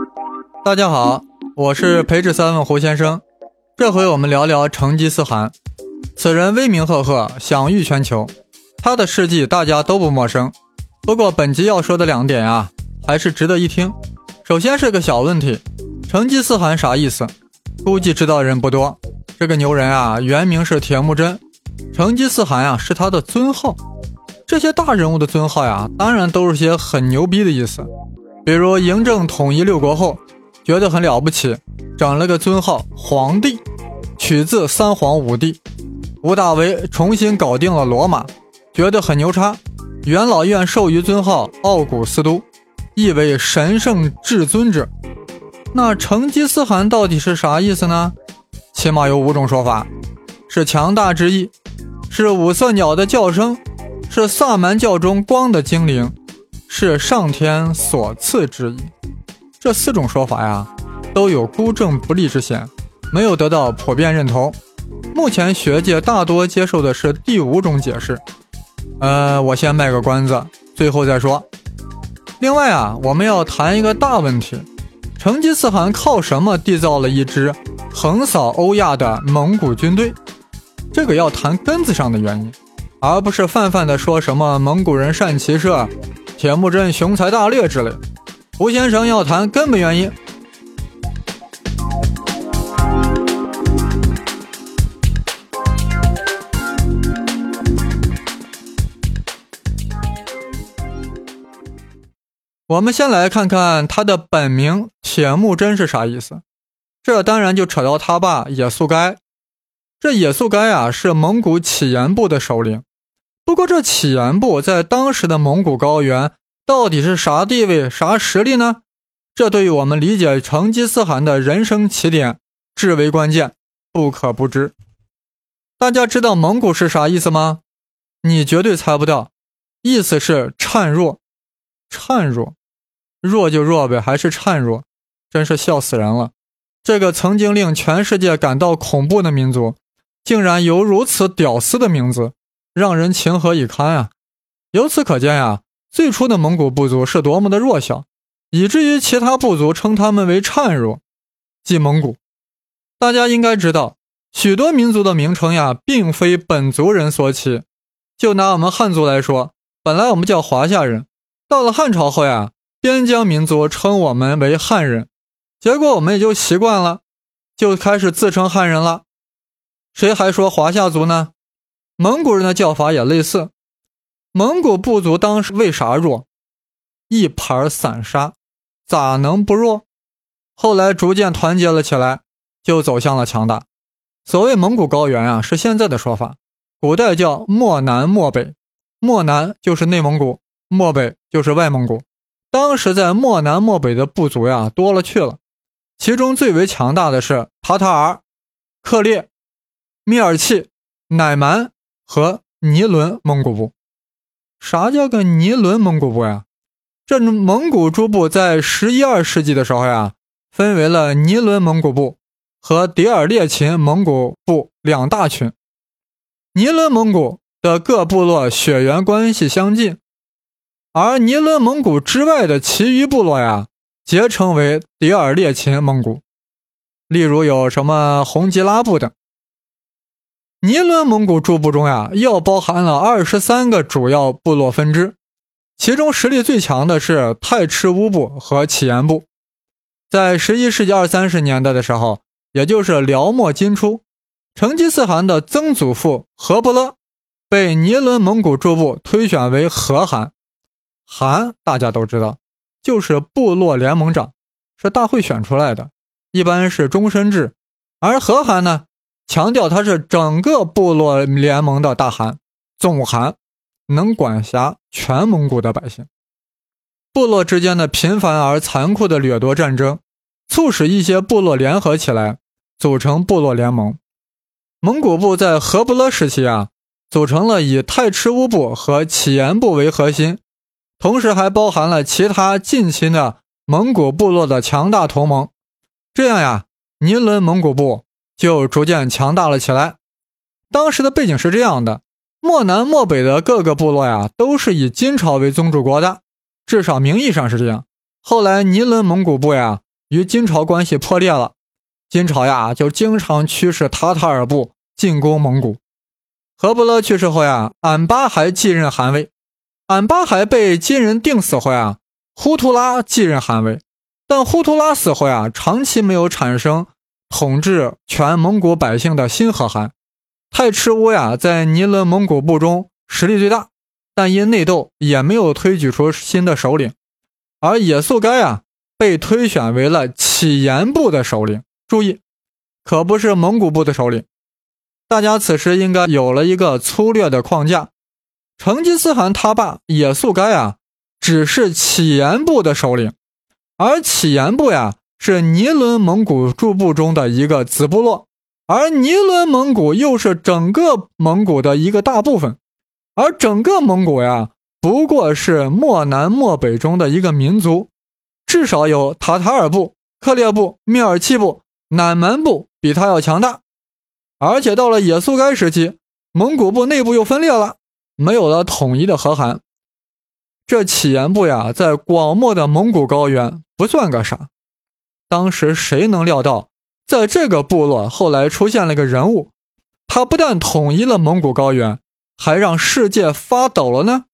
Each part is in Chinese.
大家好，我是培智三问胡先生。这回我们聊聊成吉思汗。此人威名赫赫，享誉全球，他的事迹大家都不陌生。不过本集要说的2点啊，还是值得一听。首先是个小问题，成吉思汗啥意思？估计知道人不多。这个牛人啊，原名是铁木真，成吉思汗啊是他的尊号。这些大人物的尊号呀，当然都是些很牛逼的意思。比如嬴政统一6国后，觉得很了不起，整了个尊号皇帝，取自三皇五帝。吴大维重新搞定了罗马，觉得很牛叉，元老院授予尊号奥古斯都，意为神圣至尊者。那成吉思汗到底是啥意思呢？起码有5种说法，是强大之意，是五色鸟的叫声，是萨满教中光的精灵，是上天所赐之意。这4种说法呀，都有孤证不立之嫌，没有得到普遍认同。目前学界大多接受的是第5种解释。我先卖个关子，最后再说。另外啊，我们要谈一个大问题，成吉思汗靠什么缔造了一支横扫欧亚的蒙古军队？这个要谈根子上的原因，而不是泛泛的说什么蒙古人善骑射，铁木真雄才大略之类。胡先生要谈根本原因。我们先来看看他的本名铁木真是啥意思。这当然就扯到他爸也速该。这也速该啊，是蒙古乞颜部的首领。不过这乞颜部在当时的蒙古高原到底是啥地位啥实力呢？这对于我们理解成吉思汗的人生起点至为关键，不可不知。大家知道蒙古是啥意思吗？你绝对猜不到，意思是孱弱。孱弱，弱就弱呗，还是孱弱，真是笑死人了。这个曾经令全世界感到恐怖的民族，竟然有如此屌丝的名字，让人情何以堪啊！由此可见啊，最初的蒙古部族是多么的弱小，以至于其他部族称他们为孱弱，即蒙古。大家应该知道，许多民族的名称呀，并非本族人所起。就拿我们汉族来说，本来我们叫华夏人，到了汉朝后呀，边疆民族称我们为汉人，结果我们也就习惯了，就开始自称汉人了。谁还说华夏族呢？蒙古人的叫法也类似。蒙古部族当时为啥弱？一盘散沙，咋能不弱？后来逐渐团结了起来，就走向了强大。所谓蒙古高原啊，是现在的说法，古代叫漠南漠北，漠南就是内蒙古，漠北就是外蒙古。当时在漠南漠北的部族呀，多了去了，其中最为强大的是塔塔尔、克烈、密尔契、乃蛮和尼伦蒙古部。啥叫个尼伦蒙古部呀？这蒙古诸部在11、2世纪的时候呀，分为了尼伦蒙古部和迭尔列琴蒙古部2大群。尼伦蒙古的各部落血缘关系相近，而尼伦蒙古之外的其余部落呀，结称为迭尔列琴蒙古。例如有什么红吉拉部等。尼伦蒙古诸部中呀，又包含了23个主要部落分支，其中实力最强的是太赤乌部和乞颜部。在11世纪20、30年代的时候，也就是辽末金初，成吉思汗的曾祖父和不勒被尼伦蒙古诸部推选为和汗。汗大家都知道，就是部落联盟长，是大会选出来的，一般是终身制。而和汗呢，强调他是整个部落联盟的大汗，总汗，能管辖全蒙古的百姓。部落之间的频繁而残酷的掠夺战争，促使一些部落联合起来，组成部落联盟。蒙古部在和不勒时期啊，组成了以太赤乌部和乞颜部为核心，同时还包含了其他近亲的蒙古部落的强大同盟。这样呀，尼伦蒙古部就逐渐强大了起来。当时的背景是这样的，漠南漠北的各个部落呀，都是以金朝为宗主国的，至少名义上是这样。后来尼伦蒙古部呀， 与金朝关系破裂了，金朝呀就经常驱使塔塔尔部进攻蒙古。和不勒去世后呀，俺巴还继任汗位。俺巴还被金人定死后呀，忽图拉继任汗位。但忽图拉死后呀，长期没有产生统治全蒙古百姓的新可汗。太赤乌呀，在尼伦蒙古部中实力最大，但因内斗也没有推举出新的首领。而也速该呀，被推选为了乞颜部的首领。注意，可不是蒙古部的首领。大家此时应该有了一个粗略的框架。成吉思汗他爸也速该呀，只是乞颜部的首领，而乞颜部呀是尼伦蒙古诸部中的一个子部落，而尼伦蒙古又是整个蒙古的一个大部分，而整个蒙古呀不过是漠南漠北中的一个民族，至少有塔塔尔部、克烈部、蔑尔契部、乃蛮部比他要强大。而且到了也速该时期，蒙古部内部又分裂了，没有了统一的和汗。这乞颜部呀，在广袤的蒙古高原不算个啥。当时谁能料到，在这个部落后来出现了个人物，他不但统一了蒙古高原，还让世界发抖了呢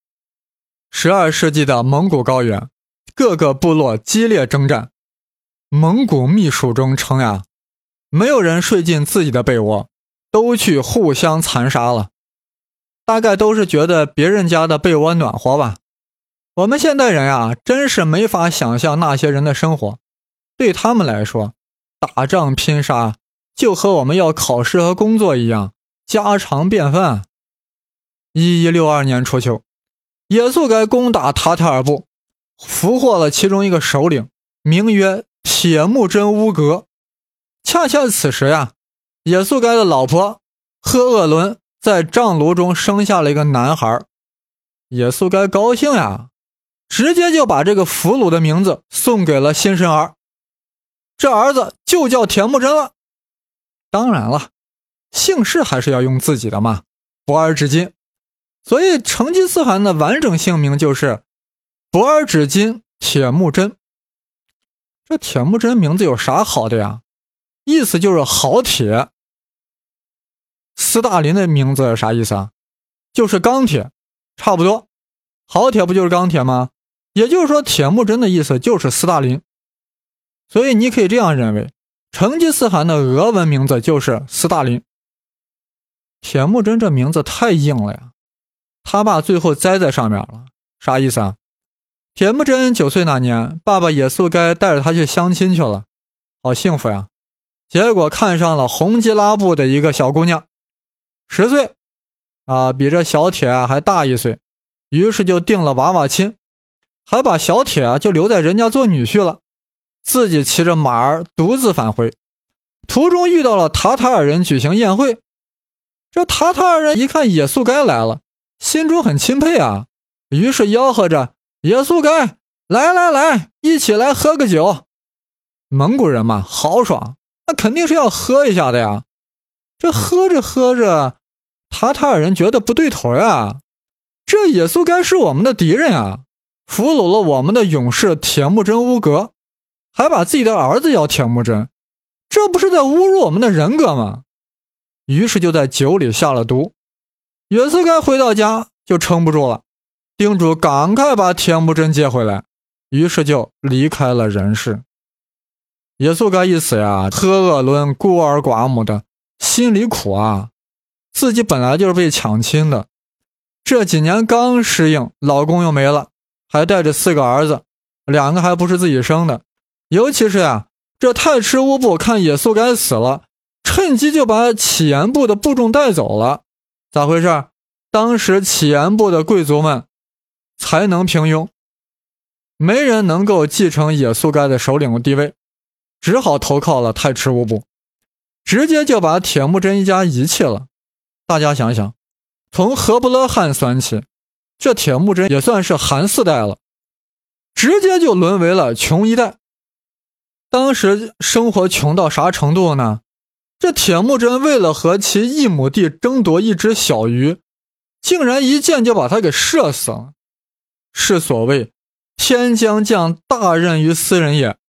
？12世纪的蒙古高原，各个部落激烈征战。蒙古秘书中称呀，没有人睡进自己的被窝，都去互相残杀了。大概都是觉得别人家的被窝暖和吧。我们现代人呀，真是没法想象那些人的生活。对他们来说，打仗拼杀就和我们要考试和工作一样，家常便饭。1162年初秋，也速该攻打塔塔尔部，俘获了其中一个首领，名曰铁木真乌格。恰恰此时呀，也速该的老婆赫鄂伦在帐炉中生下了一个男孩。也速该高兴呀，直接就把这个俘虏的名字送给了新生儿，这儿子就叫铁木真了。当然了，姓氏还是要用自己的嘛，博尔只金。所以成吉思汗的完整姓名就是博尔只金铁木真。这铁木真名字有啥好的呀？意思就是好铁。斯大林的名字啥意思啊？就是钢铁，差不多。好铁不就是钢铁吗？也就是说铁木真的意思就是斯大林。所以你可以这样认为，成吉思汗的俄文名字就是斯大林。铁木真这名字太硬了呀，他爸最后栽在上面了。啥意思啊？铁木真9岁那年，爸爸也速该带着他去相亲去了，好幸福呀。结果看上了红吉拉部的一个小姑娘，10岁比这小铁还大1岁，于是就定了娃娃亲，还把小铁就留在人家做女婿了，自己骑着马儿独自返回。途中遇到了塔塔尔人举行宴会，这塔塔尔人一看也速该来了，心中很钦佩啊，于是吆喝着也速该，来来来，一起来喝个酒。蒙古人嘛，豪爽，那肯定是要喝一下的呀。这喝着喝着，塔塔尔人觉得不对头呀，这也速该是我们的敌人啊，俘虏了我们的勇士铁木真乌格，还把自己的儿子叫铁木真，这不是在侮辱我们的人格吗？于是就在酒里下了毒。也速该回到家就撑不住了，叮嘱赶快把铁木真接回来，于是就离开了人世。也速该一死呀，赫鄂伦孤儿寡母的，心里苦啊，自己本来就是被抢亲的，这几年刚适应，老公又没了，还带着4个儿子，2个还不是自己生的。尤其是这太赤乌部看也速该死了，趁机就把乞颜部的部众带走了。咋回事？当时乞颜部的贵族们才能平庸，没人能够继承也速该的首领地位，只好投靠了太赤乌部，直接就把铁木真一家遗弃了。大家想想，从和不勒汗算起，这铁木真也算是韩4代了，直接就沦为了穷1代。当时生活穷到啥程度呢？这铁木真为了和其1亩地争夺一只小鱼，竟然一箭就把他给射死了。是所谓天将降大任于斯人也，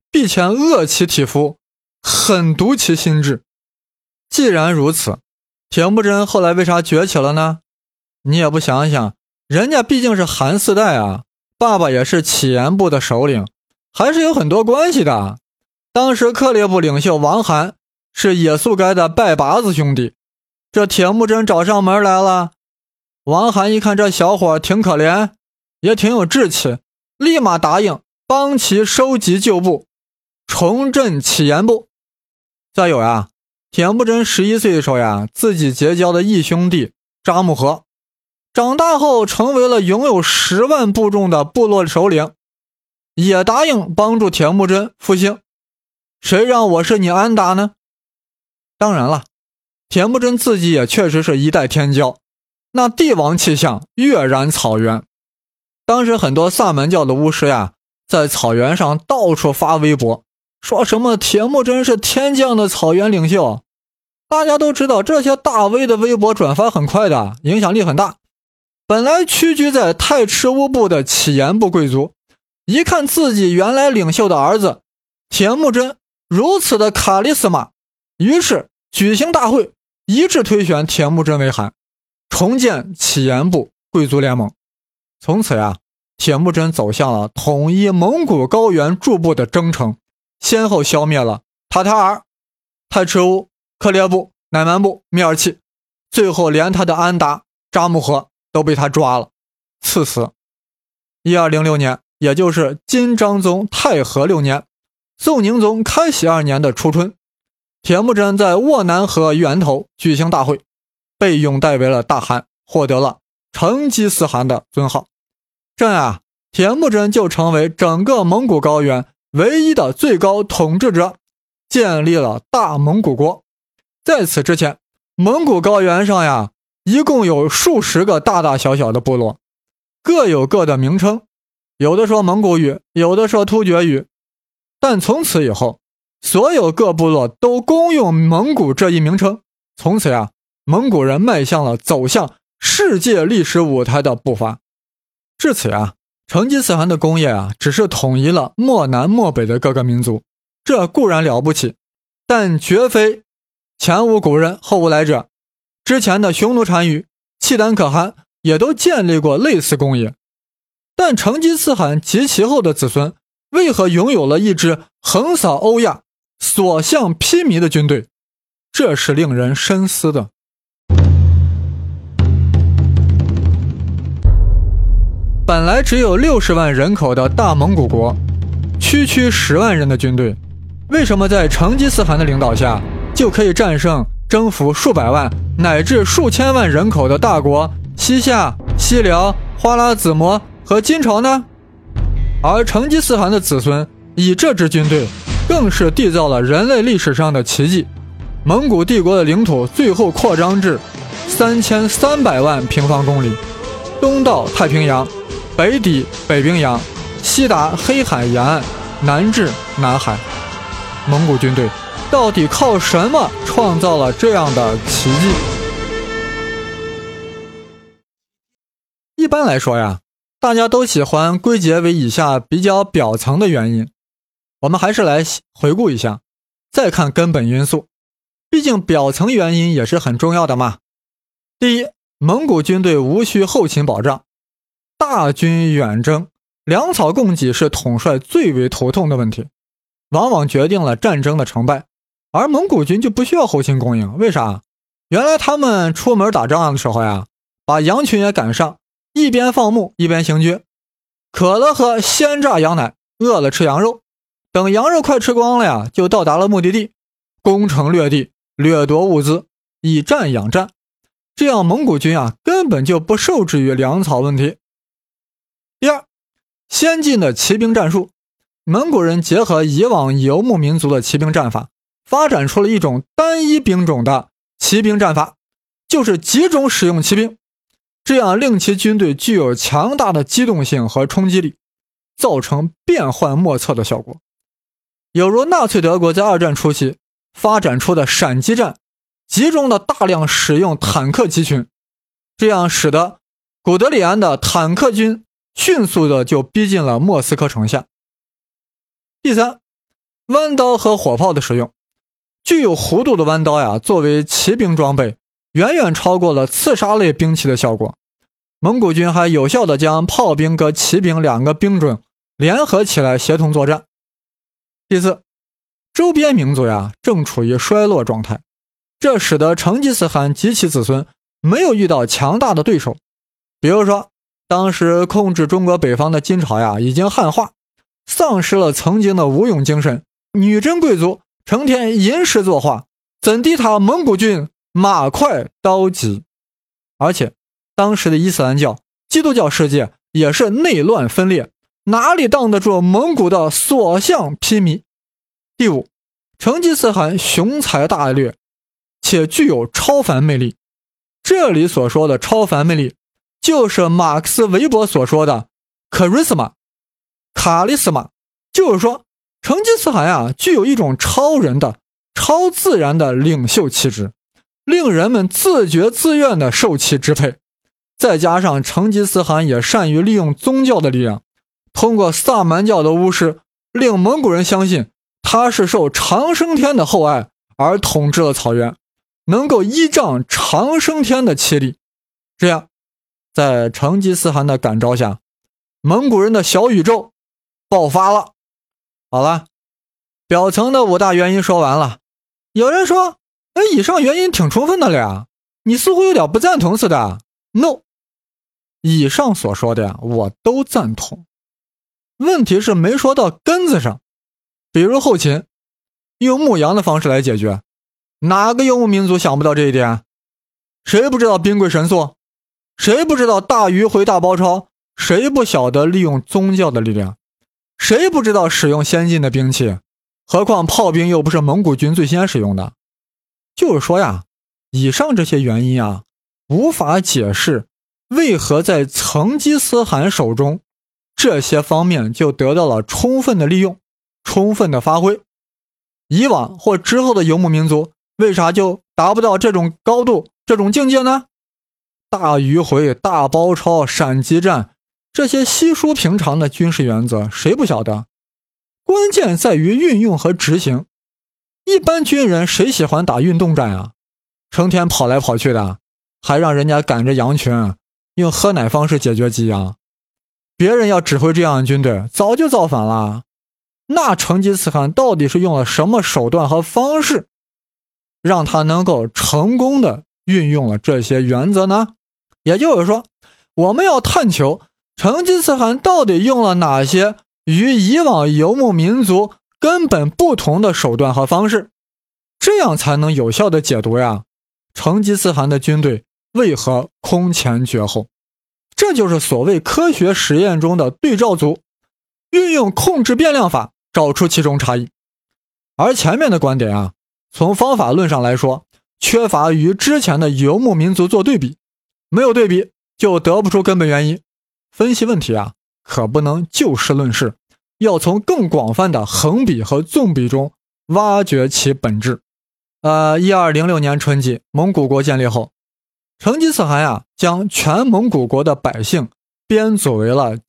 必前恶其体肤，狠毒其心志。既然如此，铁木真后来为啥崛起了呢？你也不想想，人家毕竟是韩四代啊，爸爸也是乞颜部的首领，还是有很多关系的。当时克烈部领袖王罕是野速该的拜把子兄弟，这铁木真找上门来了。王罕一看这小伙挺可怜，也挺有志气，立马答应帮其收集旧部，重振乞颜部。再有呀，铁木真11岁的时候呀，自己结交的义兄弟扎木合，长大后成为了拥有10万部众的部落首领，也答应帮助铁木真复兴。谁让我是你安达呢？当然了，铁木真自己也确实是一代天骄，那帝王气象跃然草原。当时很多萨满教的巫师呀，在草原上到处发微博，说什么铁木真是天降的草原领袖。大家都知道这些大 V 的微博转发很快的，影响力很大。本来屈居在太赤乌部的乞颜部贵族，一看自己原来领袖的儿子铁木真如此的卡利斯玛，于是举行大会，一致推选铁木真为汗，重建乞颜部贵族联盟。从此呀，铁木真走向了统一蒙古高原诸部的征程，先后消灭了塔塔尔、太赤乌、克烈部、乃蛮部、蔑尔契，最后连他的安达、扎木合都被他抓了，赐死。1206年，也就是金章宗太和6年，宋宁宗开禧2年的初春，铁木真在沃南河源头举行大会，被拥戴为了大汗，获得了成吉思汗的尊号。这样铁木真就成为整个蒙古高原唯一的最高统治者，建立了大蒙古国。在此之前，蒙古高原上呀，一共有数十个大大小小的部落，各有各的名称，有的说蒙古语，有的说突厥语。但从此以后，所有各部落都公用蒙古这一名称。从此呀，蒙古人迈向了走向世界历史舞台的步伐。至此呀，成吉思汗的功业啊，只是统一了漠南漠北的各个民族，这固然了不起，但绝非前无古人后无来者。之前的匈奴单于、契丹可汗也都建立过类似功业，但成吉思汗及其后的子孙为何拥有了一支横扫欧亚、所向披靡的军队？这是令人深思的。本来只有60万人口的大蒙古国，区10万人的军队，为什么在成吉思汗的领导下，就可以战胜征服数百万乃至数千万人口的大国西夏、西辽、花剌子模和金朝呢？而成吉思汗的子孙以这支军队，更是缔造了人类历史上的奇迹。蒙古帝国的领土最后扩张至3300万平方公里，东到太平洋，北抵北冰洋，西达黑海沿岸，南至南海。蒙古军队到底靠什么创造了这样的奇迹？一般来说呀，大家都喜欢归结为以下比较表层的原因，我们还是来回顾一下，再看根本因素，毕竟表层原因也是很重要的嘛。第一，蒙古军队无需后勤保障，大军远征，粮草供给是统帅最为头痛的问题，往往决定了战争的成败。而蒙古军就不需要后勤供应，为啥？原来他们出门打仗的时候呀，把羊群也赶上，一边放牧一边行军，渴了喝鲜榨羊奶，饿了吃羊肉，等羊肉快吃光了呀，就到达了目的地，攻城略地，掠夺物资，以战养战。这样蒙古军啊，根本就不受制于粮草问题。第二，先进的骑兵战术，蒙古人结合以往游牧民族的骑兵战法，发展出了一种单一兵种的骑兵战法，就是集中使用骑兵，这样令其军队具有强大的机动性和冲击力，造成变幻莫测的效果。有如纳粹德国在2战初期发展出的闪击战，集中了大量使用坦克集群，这样使得古德里安的坦克军迅速的就逼近了莫斯科城下。第三， 弯刀和火炮的使用。具有弧度的弯刀呀，作为骑兵装备，远远超过了刺杀类兵器的效果。蒙古军还有效地将炮兵和骑兵两个兵种联合起来协同作战。第四，周边民族呀正处于衰落状态，这使得成吉思汗及其子孙没有遇到强大的对手。比如说，当时控制中国北方的金朝呀已经汉化，丧失了曾经的武勇精神，女真贵族成天吟诗作画，怎敌他蒙古军马快刀急。而且当时的伊斯兰教、基督教世界也是内乱分裂，哪里挡得住蒙古的所向披靡。第五，成吉思汗雄才大略，且具有超凡魅力。这里所说的超凡魅力，就是马克思韦伯所说的 charisma 卡利斯玛，就是说成吉思汗啊具有一种超人的、超自然的领袖气质，令人们自觉自愿地受其支配。再加上成吉思汗也善于利用宗教的力量，通过萨满教的巫师，令蒙古人相信他是受长生天的厚爱而统治了草原，能够依仗长生天的气力。这样，在成吉思汗的感召下，蒙古人的小宇宙爆发了。好了，表层的5大原因说完了。有人说，以上原因挺充分的了呀，你似乎有点不赞同似的。No， 以上所说的呀，我都赞同。问题是没说到根子上。比如后秦，用牧羊的方式来解决，哪个游牧民族想不到这一点？谁不知道兵贵神速？谁不知道大迂回大包抄？谁不晓得利用宗教的力量？谁不知道使用先进的兵器？何况炮兵又不是蒙古军最先使用的。就是说呀，以上这些原因啊，无法解释为何在成吉思汗手中，这些方面就得到了充分的利用、充分的发挥。以往或之后的游牧民族为啥就达不到这种高度、这种境界呢？大迂回、大包抄、闪击战，这些稀疏平常的军事原则谁不晓得？关键在于运用和执行。一般军人谁喜欢打运动战啊？成天跑来跑去的，还让人家赶着羊群用喝奶方式解决给养。别人要指挥这样的军队，早就造反了。那成吉思汗到底是用了什么手段和方式，让他能够成功的运用了这些原则呢？也就是说，我们要探求成吉思汗到底用了哪些与以往游牧民族根本不同的手段和方式，这样才能有效的解读呀成吉思汗的军队为何空前绝后。这就是所谓科学实验中的对照组，运用控制变量法找出其中差异。而前面的观点啊，从方法论上来说，缺乏与之前的游牧民族做对比，没有对比就得不出根本原因。分析问题啊，可不能就事论事，要从更广泛的横比和纵比中挖掘其本质。1206年春季，蒙古国建立后，成吉思汗呀，将全蒙古国的百姓编组为了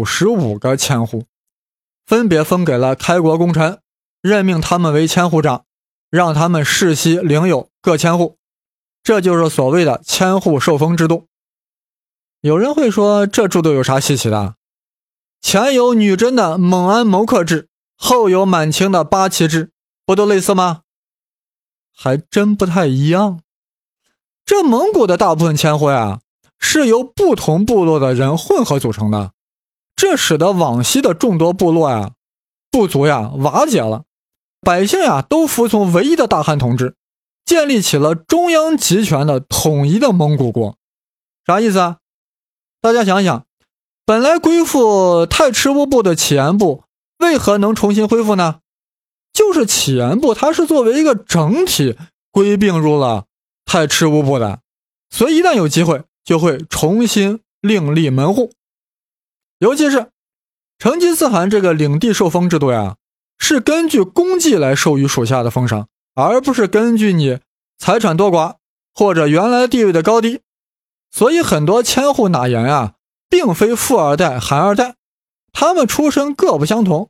95个千户，分别封给了开国功臣，任命他们为千户长，让他们世袭领有各千户，这就是所谓的千户受封制度。有人会说，这制度有啥稀奇的？前有女真的蒙安谋克制，后有满清的八旗制，不都类似吗？还真不太一样。这蒙古的大部分千户呀，是由不同部落的人混合组成的，这使得往昔的众多部落呀、部族呀瓦解了，百姓呀都服从唯一的大汗统治，建立起了中央集权的统一的蒙古国。啥意思啊？大家想想，本来归附太赤乌部的乞颜部为何能重新恢复呢？就是乞颜部它是作为一个整体归并入了太赤乌部的，所以一旦有机会就会重新另立门户。尤其是成吉思汗这个领地受封制度呀，是根据功绩来授予属下的封赏，而不是根据你财产多寡或者原来地位的高低。所以很多千户纳言啊，并非富二代、寒二代，他们出身各不相同，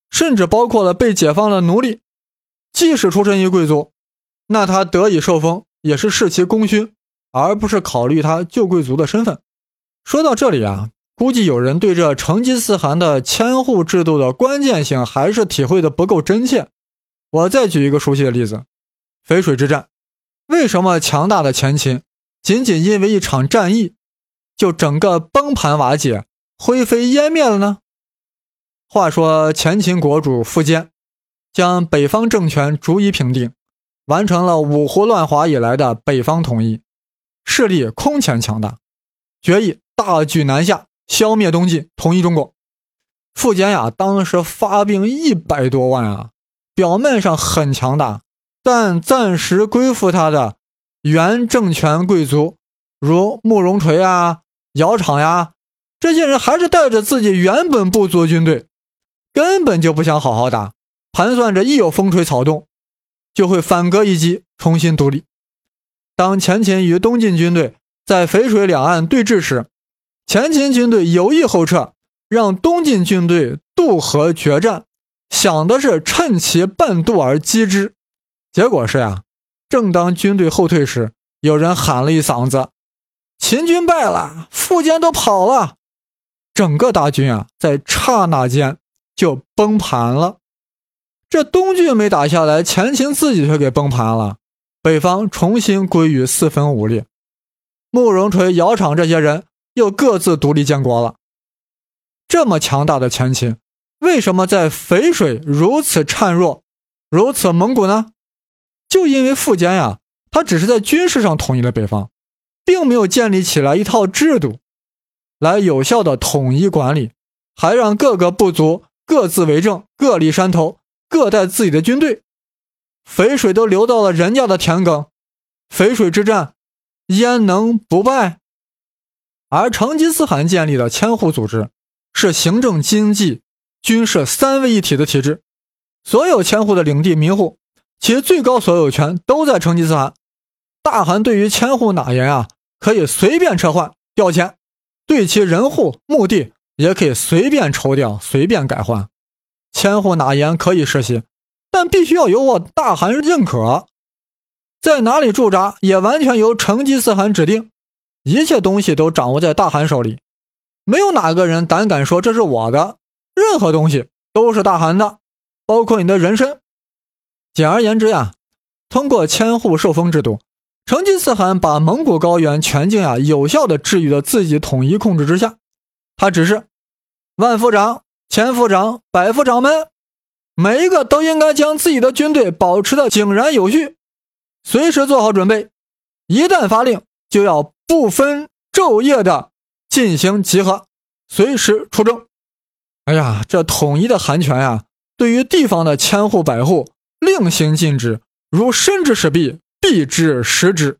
甚至包括了被解放的奴隶。即使出身于贵族，那他得以受封也是视其功勋，而不是考虑他旧贵族的身份。说到这里啊，估计有人对这成吉思汗的千户制度的关键性还是体会的不够真切。我再举一个熟悉的例子，淝水之战。为什么强大的前秦仅仅因为一场战役就整个崩盘瓦解，灰飞烟灭了呢？话说前秦国主苻坚将北方政权逐一平定，完成了五胡乱华以来的北方统一，势力空前强大，决意大举南下，消灭东晋，统一中国。苻坚呀，当时发兵100多万啊，表面上很强大，但暂时归附他的原政权贵族如慕容垂啊、姚昶呀，这些人还是带着自己原本部族军队，根本就不想好好打，盘算着一有风吹草动就会反戈一击，重新独立。当前秦与东晋军队在淝水两岸对峙时，前秦军队有意后撤，让东晋军队渡河决战，想的是趁其半渡而击之。结果是呀，正当军队后退时，有人喊了一嗓子，秦军败了，苻坚都跑了。整个大军啊，在刹那间就崩盘了。这东郡没打下来，前秦自己却给崩盘了，北方重新归于四分五裂。慕容垂、姚昶这些人又各自独立建国了。这么强大的前秦，为什么在淝水如此孱弱，如此蒙古呢？就因为苻坚呀，他只是在军事上统一了北方，并没有建立起来一套制度来有效的统一管理，还让各个部族各自为政，各立山头，各带自己的军队。淝水都流到了人家的田埂，淝水之战焉能不败？而成吉思汗建立的千户组织是行政、经济、军事三位一体的体制，所有千户的领地民户其最高所有权都在成吉思汗。大汗对于千户纳言啊，可以随便撤换调迁，对其人户墓地也可以随便抽调随便改换。千户纳言可以实行，但必须要由我大汗认可。在哪里驻扎也完全由成吉思汗指定，一切东西都掌握在大汗手里，没有哪个人胆敢说这是我的，任何东西都是大汗的，包括你的人身。简而言之呀，通过千户受封制度，成吉思汗把蒙古高原全境呀有效地置于了自己统一控制之下。他只是万夫长、千夫长、百夫长们每一个都应该将自己的军队保持得井然有序，随时做好准备，一旦发令就要不分昼夜的进行集合，随时出征。哎呀，这统一的汗权呀，对于地方的千户百户令行禁止，如伸之使臂，避之食之。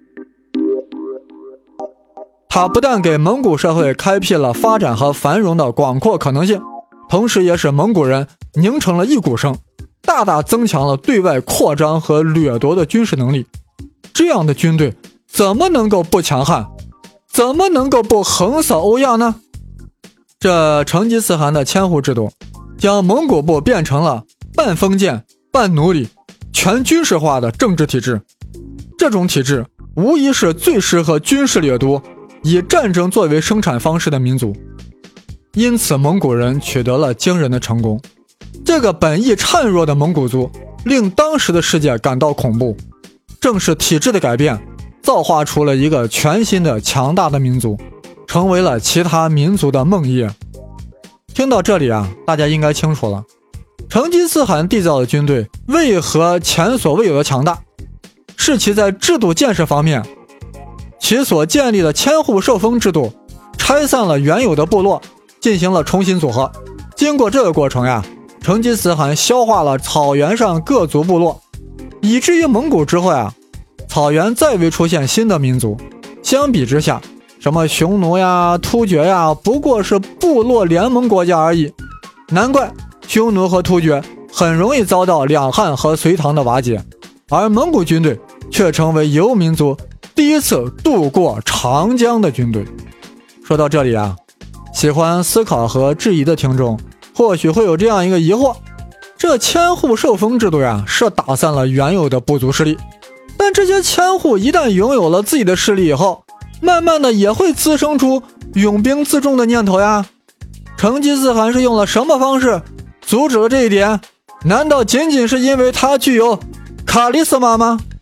它不但给蒙古社会开辟了发展和繁荣的广阔可能性，同时也使蒙古人拧成了一股绳，大大增强了对外扩张和掠夺的军事能力。这样的军队怎么能够不强悍？怎么能够不横扫欧亚呢？这成吉思汗的千户制度将蒙古部变成了半封建半奴隶全军事化的政治体制。这种体制无疑是最适合军事掠夺，以战争作为生产方式的民族。因此蒙古人取得了惊人的成功。这个本意孱弱的蒙古族令当时的世界感到恐怖，正是体制的改变造化出了一个全新的强大的民族，成为了其他民族的梦魇。听到这里啊，大家应该清楚了，成吉思汗缔造的军队为何前所未有的强大，是其在制度建设方面，其所建立的千户受封制度拆散了原有的部落，进行了重新组合。经过这个过程呀，成吉思汗消化了草原上各族部落，以至于蒙古之后呀，草原再未出现新的民族。相比之下，什么匈奴呀、突厥呀，不过是部落联盟国家而已。难怪匈奴和突厥很容易遭到两汉和隋唐的瓦解，而蒙古军队却成为游民族第一次渡过长江的军队。说到这里啊，喜欢思考和质疑的听众或许会有这样一个疑惑，这千户受封制度呀，是打散了原有的部族势力，但这些千户一旦拥有了自己的势力以后，慢慢的也会滋生出拥兵自重的念头呀。成吉思汗是用了什么方式阻止了这一点？难道仅仅是因为他具有卡利斯玛吗？